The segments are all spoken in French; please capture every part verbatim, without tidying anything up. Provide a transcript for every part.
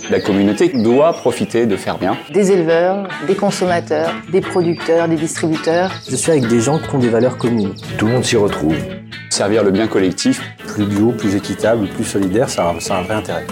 La communauté doit profiter de faire bien. Des éleveurs, des consommateurs, des producteurs, des distributeurs. Je suis avec des gens qui ont des valeurs communes. Tout le monde s'y retrouve. Servir le bien collectif. Plus bio, plus équitable, plus solidaire, ça a, ça a un vrai intérêt.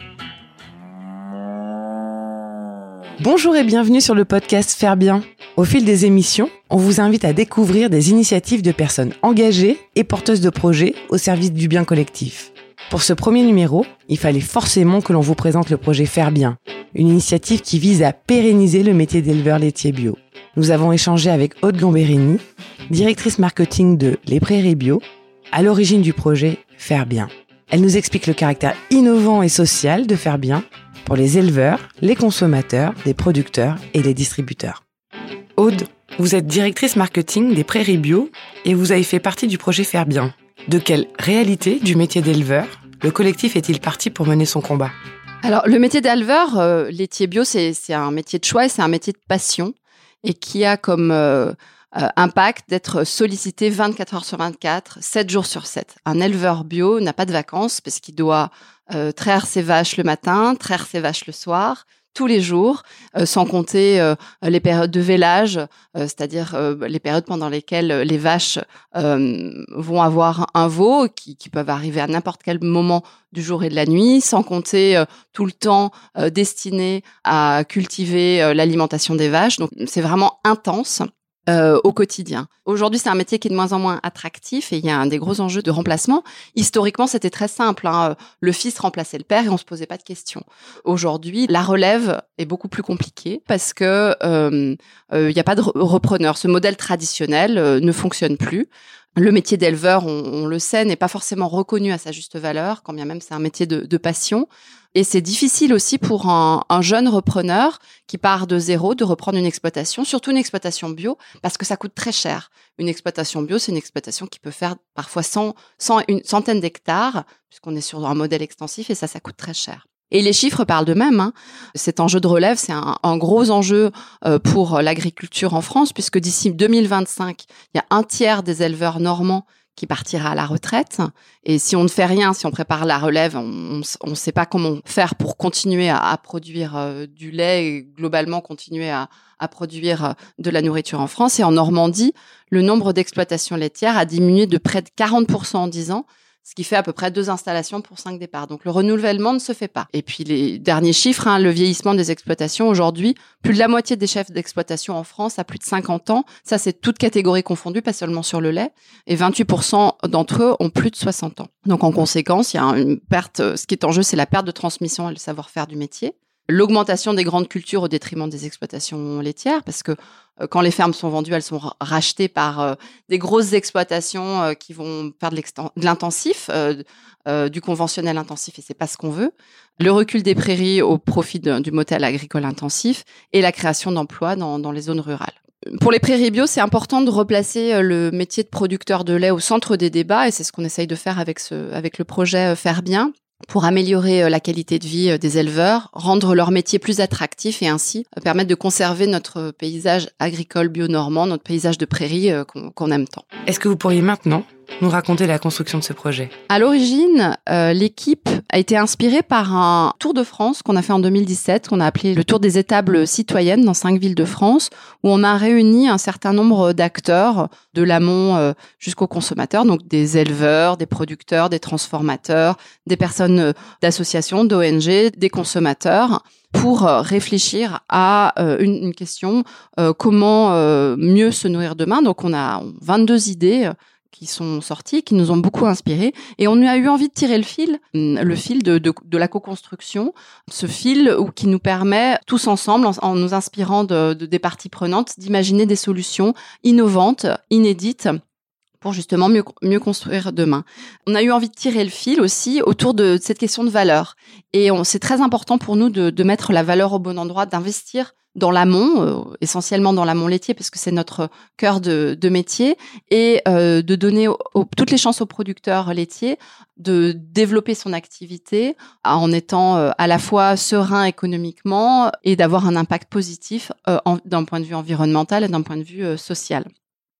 Bonjour et bienvenue sur le podcast Faire Bien. Au fil des émissions, on vous invite à découvrir des initiatives de personnes engagées et porteuses de projets au service du bien collectif. Pour ce premier numéro, il fallait forcément que l'on vous présente le projet Faire Bien, une initiative qui vise à pérenniser le métier d'éleveur laitier bio. Nous avons échangé avec Aude Gamberini, directrice marketing de Les Prairies Bio, à l'origine du projet Faire Bien. Elle nous explique le caractère innovant et social de Faire Bien pour les éleveurs, les consommateurs, les producteurs et les distributeurs. Aude, vous êtes directrice marketing des Prairies Bio et vous avez fait partie du projet Faire Bien. De quelle réalité du métier d'éleveur le collectif est-il parti pour mener son combat ? Alors, le métier d'éleveur euh, laitier bio, c'est, c'est un métier de choix et c'est un métier de passion et qui a comme euh, euh, impact d'être sollicité vingt-quatre heures sur vingt-quatre, sept jours sur sept. Un éleveur bio n'a pas de vacances parce qu'il doit euh, traire ses vaches le matin, traire ses vaches le soir, tous les jours, euh, sans compter euh, les périodes de vélage, euh, c'est-à-dire euh, les périodes pendant lesquelles les vaches euh, vont avoir un veau, qui, qui peuvent arriver à n'importe quel moment du jour et de la nuit, sans compter euh, tout le temps euh, destiné à cultiver euh, l'alimentation des vaches. Donc, c'est vraiment intense. Euh, au quotidien. Aujourd'hui, c'est un métier qui est de moins en moins attractif et il y a un des gros enjeux de remplacement. Historiquement, c'était très simple, hein. Le fils remplaçait le père et on se posait pas de questions. Aujourd'hui, la relève est beaucoup plus compliquée parce que euh, euh, il y a pas de repreneur. Ce modèle traditionnel euh, ne fonctionne plus. Le métier d'éleveur, on, on le sait, n'est pas forcément reconnu à sa juste valeur, quand bien même c'est un métier de, de passion. Et c'est difficile aussi pour un, un jeune repreneur qui part de zéro de reprendre une exploitation, surtout une exploitation bio, parce que ça coûte très cher. Une exploitation bio, c'est une exploitation qui peut faire parfois cent, cent, une centaine d'hectares, puisqu'on est sur un modèle extensif, et ça, ça coûte très cher. Et les chiffres parlent d'eux-mêmes, hein. Cet enjeu de relève, c'est un, un gros enjeu euh, pour l'agriculture en France, puisque d'ici deux mille vingt-cinq, il y a un tiers des éleveurs normands qui partira à la retraite. Et si on ne fait rien, si on prépare la relève, on ne sait pas comment faire pour continuer à, à produire euh, du lait et globalement continuer à, à produire euh, de la nourriture en France. Et en Normandie, le nombre d'exploitations laitières a diminué de près de quarante pour cent en dix ans, ce qui fait à peu près deux installations pour cinq départs. Donc, le renouvellement ne se fait pas. Et puis, les derniers chiffres, hein, le vieillissement des exploitations. Aujourd'hui, plus de la moitié des chefs d'exploitation en France a plus de cinquante ans. Ça, c'est toute catégorie confondue, pas seulement sur le lait. Et vingt-huit pour cent d'entre eux ont plus de soixante ans. Donc, en conséquence, il y a une perte. Ce qui est en jeu, c'est la perte de transmission et le savoir-faire du métier. L'augmentation des grandes cultures au détriment des exploitations laitières, parce que euh, quand les fermes sont vendues, elles sont rachetées par euh, des grosses exploitations euh, qui vont faire de, de l'intensif, euh, euh, du conventionnel intensif, et c'est pas ce qu'on veut. Le recul des prairies au profit de, du modèle agricole intensif et la création d'emplois dans, dans les zones rurales. Pour les prairies bio, c'est important de replacer le métier de producteur de lait au centre des débats, et c'est ce qu'on essaye de faire avec, ce, avec le projet Faire Bien, pour améliorer la qualité de vie des éleveurs, rendre leur métier plus attractif et ainsi permettre de conserver notre paysage agricole bio-normand, notre paysage de prairie qu'on, qu'on aime tant. Est-ce que vous pourriez maintenant nous raconter la construction de ce projet ? À l'origine, euh, l'équipe a été inspirée par un tour de France qu'on a fait en deux mille dix-sept, qu'on a appelé le tour des étables citoyennes dans cinq villes de France, où on a réuni un certain nombre d'acteurs, de l'amont euh, jusqu'aux consommateurs, donc des éleveurs, des producteurs, des transformateurs, des personnes euh, d'associations, d'O N G, des consommateurs, pour réfléchir à euh, une, une question, euh, comment euh, mieux se nourrir demain. Donc on a vingt-deux idées qui sont sorties, qui nous ont beaucoup inspirés. Et on a eu envie de tirer le fil, le fil de, de, de la co-construction, ce fil où, qui nous permet, tous ensemble, en, en nous inspirant de, de, des parties prenantes, d'imaginer des solutions innovantes, inédites, pour justement mieux, mieux construire demain. On a eu envie de tirer le fil aussi autour de cette question de valeur. Et on, c'est très important pour nous de, de mettre la valeur au bon endroit, d'investir dans l'amont, euh, essentiellement dans l'amont laitier, parce que c'est notre cœur de, de métier, et euh, de donner au, au, toutes les chances aux producteurs laitiers de développer son activité en étant euh, à la fois serein économiquement et d'avoir un impact positif euh, en, d'un point de vue environnemental et d'un point de vue euh, social.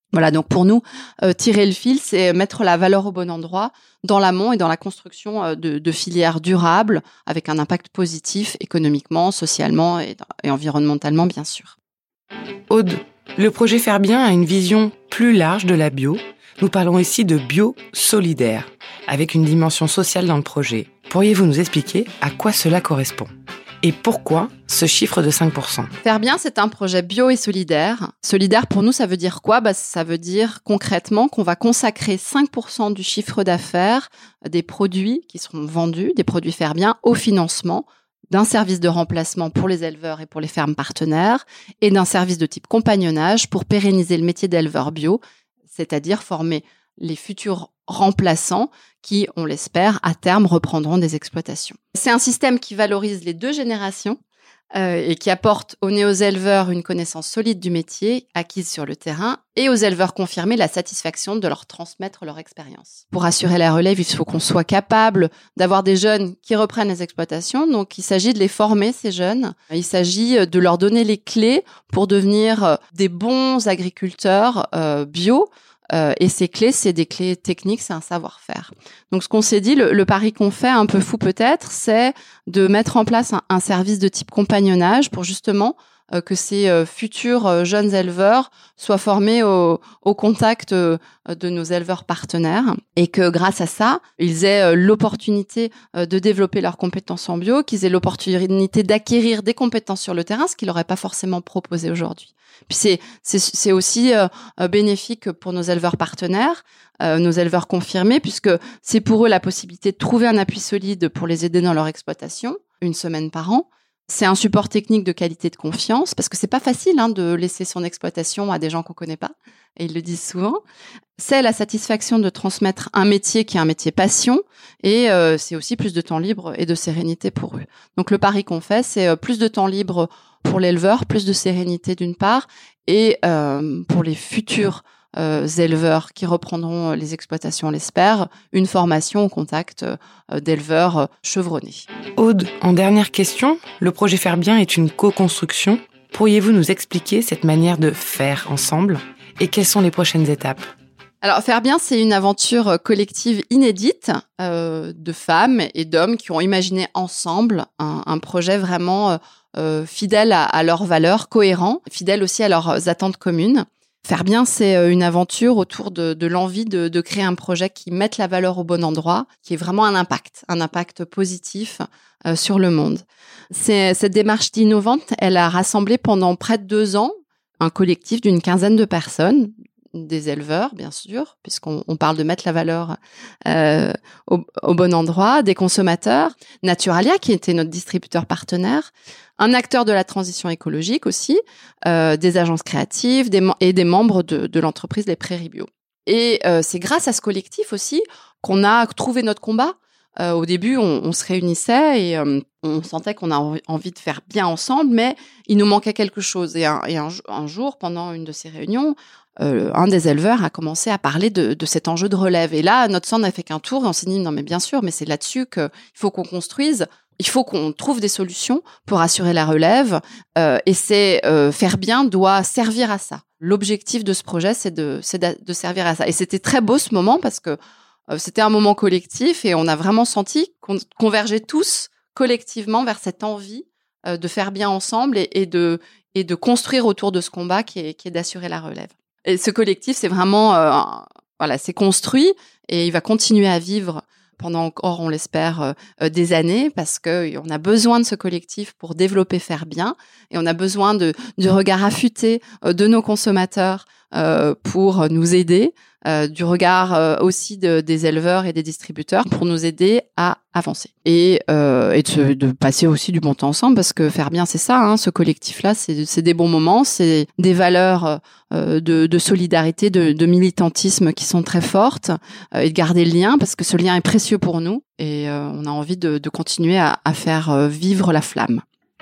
Voilà, donc pour nous, euh, tirer le fil, c'est mettre la valeur au bon endroit dans l'amont et dans la construction euh, de, de filières durables avec un impact positif économiquement, socialement et, et environnementalement, bien sûr. Aude, le projet Faire Bien a une vision plus large de la bio. Nous parlons ici de bio solidaire, avec une dimension sociale dans le projet. Pourriez-vous nous expliquer à quoi cela correspond ? Et pourquoi ce chiffre de cinq pour cent ? Faire Bien, c'est un projet bio et solidaire. Solidaire, pour nous, ça veut dire quoi ? Bah, ça veut dire concrètement qu'on va consacrer cinq pour cent du chiffre d'affaires des produits qui seront vendus, des produits Faire Bien, au financement d'un service de remplacement pour les éleveurs et pour les fermes partenaires et d'un service de type compagnonnage pour pérenniser le métier d'éleveur bio, c'est-à-dire former les futurs remplaçants qui, on l'espère, à terme reprendront des exploitations. C'est un système qui valorise les deux générations euh, et qui apporte aux néo-éleveurs une connaissance solide du métier acquise sur le terrain et aux éleveurs confirmés la satisfaction de leur transmettre leur expérience. Pour assurer la relève, il faut qu'on soit capable d'avoir des jeunes qui reprennent les exploitations. Donc, il s'agit de les former, ces jeunes. Il s'agit de leur donner les clés pour devenir des bons agriculteurs euh, bio. Euh, et ces clés, c'est des clés techniques, c'est un savoir-faire. Donc, ce qu'on s'est dit, le, le pari qu'on fait, un peu fou peut-être, c'est de mettre en place un, un service de type compagnonnage pour justement euh, que ces euh, futurs euh, jeunes éleveurs soient formés au, au contact euh, de nos éleveurs partenaires et que grâce à ça, ils aient euh, l'opportunité euh, de développer leurs compétences en bio, qu'ils aient l'opportunité d'acquérir des compétences sur le terrain, ce qu'ils n'auraient pas forcément proposé aujourd'hui. Puis c'est, c'est, c'est aussi euh, bénéfique pour nos éleveurs partenaires, euh, nos éleveurs confirmés, puisque c'est pour eux la possibilité de trouver un appui solide pour les aider dans leur exploitation, une semaine par an. C'est un support technique de qualité de confiance, parce que c'est pas facile hein, de laisser son exploitation à des gens qu'on connaît pas, et ils le disent souvent. C'est la satisfaction de transmettre un métier qui est un métier passion, et euh, c'est aussi plus de temps libre et de sérénité pour eux. Donc le pari qu'on fait, c'est plus de temps libre pour l'éleveur, plus de sérénité d'une part, et euh, pour les futurs euh, éleveurs qui reprendront les exploitations, on l'espère, une formation au contact euh, d'éleveurs euh, chevronnés. Aude, en dernière question, le projet Faire Bien est une co-construction. Pourriez-vous nous expliquer cette manière de faire ensemble et quelles sont les prochaines étapes ? Alors, Faire Bien, c'est une aventure collective inédite euh, de femmes et d'hommes qui ont imaginé ensemble un, un projet vraiment euh, euh, fidèle à, à leurs valeurs, cohérent, fidèle aussi à leurs attentes communes. Faire Bien, c'est une aventure autour de, de l'envie de, de créer un projet qui mette la valeur au bon endroit, qui est vraiment un impact, un impact positif euh, sur le monde. C'est, cette démarche innovante, elle a rassemblé pendant près de deux ans un collectif d'une quinzaine de personnes, des éleveurs, bien sûr, puisqu'on on parle de mettre la valeur euh, au, au bon endroit, des consommateurs, Naturalia, qui était notre distributeur partenaire, un acteur de la transition écologique aussi, euh, des agences créatives des, et des membres de, de l'entreprise Les Prairies Bio. Et euh, c'est grâce à ce collectif aussi qu'on a trouvé notre combat. Euh, au début, on, on se réunissait et euh, on sentait qu'on a envie de faire bien ensemble, mais il nous manquait quelque chose. Et un, et un, un jour, pendant une de ces réunions, Euh, un des éleveurs a commencé à parler de, de cet enjeu de relève. Et là, notre sang n'a fait qu'un tour et on s'est dit, non mais bien sûr, mais c'est là-dessus qu'il faut qu'on construise, il faut qu'on trouve des solutions pour assurer la relève. Euh, et c'est euh, Faire Bien doit servir à ça. L'objectif de ce projet, c'est de, c'est de, de servir à ça. Et c'était très beau ce moment parce que euh, c'était un moment collectif et on a vraiment senti qu'on convergeait tous collectivement vers cette envie euh, de faire bien ensemble et, et, de, et de construire autour de ce combat qui est, qui est d'assurer la relève. Et ce collectif, c'est vraiment, euh, voilà, c'est construit et il va continuer à vivre pendant encore, on l'espère, euh, des années parce que on a besoin de ce collectif pour développer Faire Bien et on a besoin de du regard affûté euh, de nos consommateurs euh, pour nous aider, euh, du regard euh, aussi de, des éleveurs et des distributeurs pour nous aider à avancer et, euh, et de, se, de passer aussi du bon temps ensemble parce que Faire Bien, c'est ça, hein, ce collectif-là, c'est, c'est des bons moments, c'est des valeurs euh, de, de solidarité, de, de militantisme qui sont très fortes euh, et de garder le lien parce que ce lien est précieux pour nous et euh, on a envie de, de continuer à, à faire euh, vivre la flamme.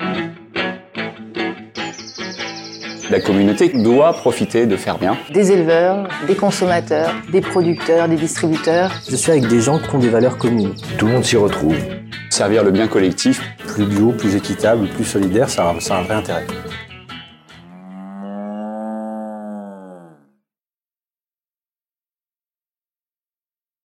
La communauté doit profiter de Faire Bien. Des éleveurs, des consommateurs, des producteurs, des distributeurs. Je suis avec des gens qui ont des valeurs communes. Tout le monde s'y retrouve. Servir le bien collectif. Plus bio, plus équitable, plus solidaire, ça a, ça a un vrai intérêt.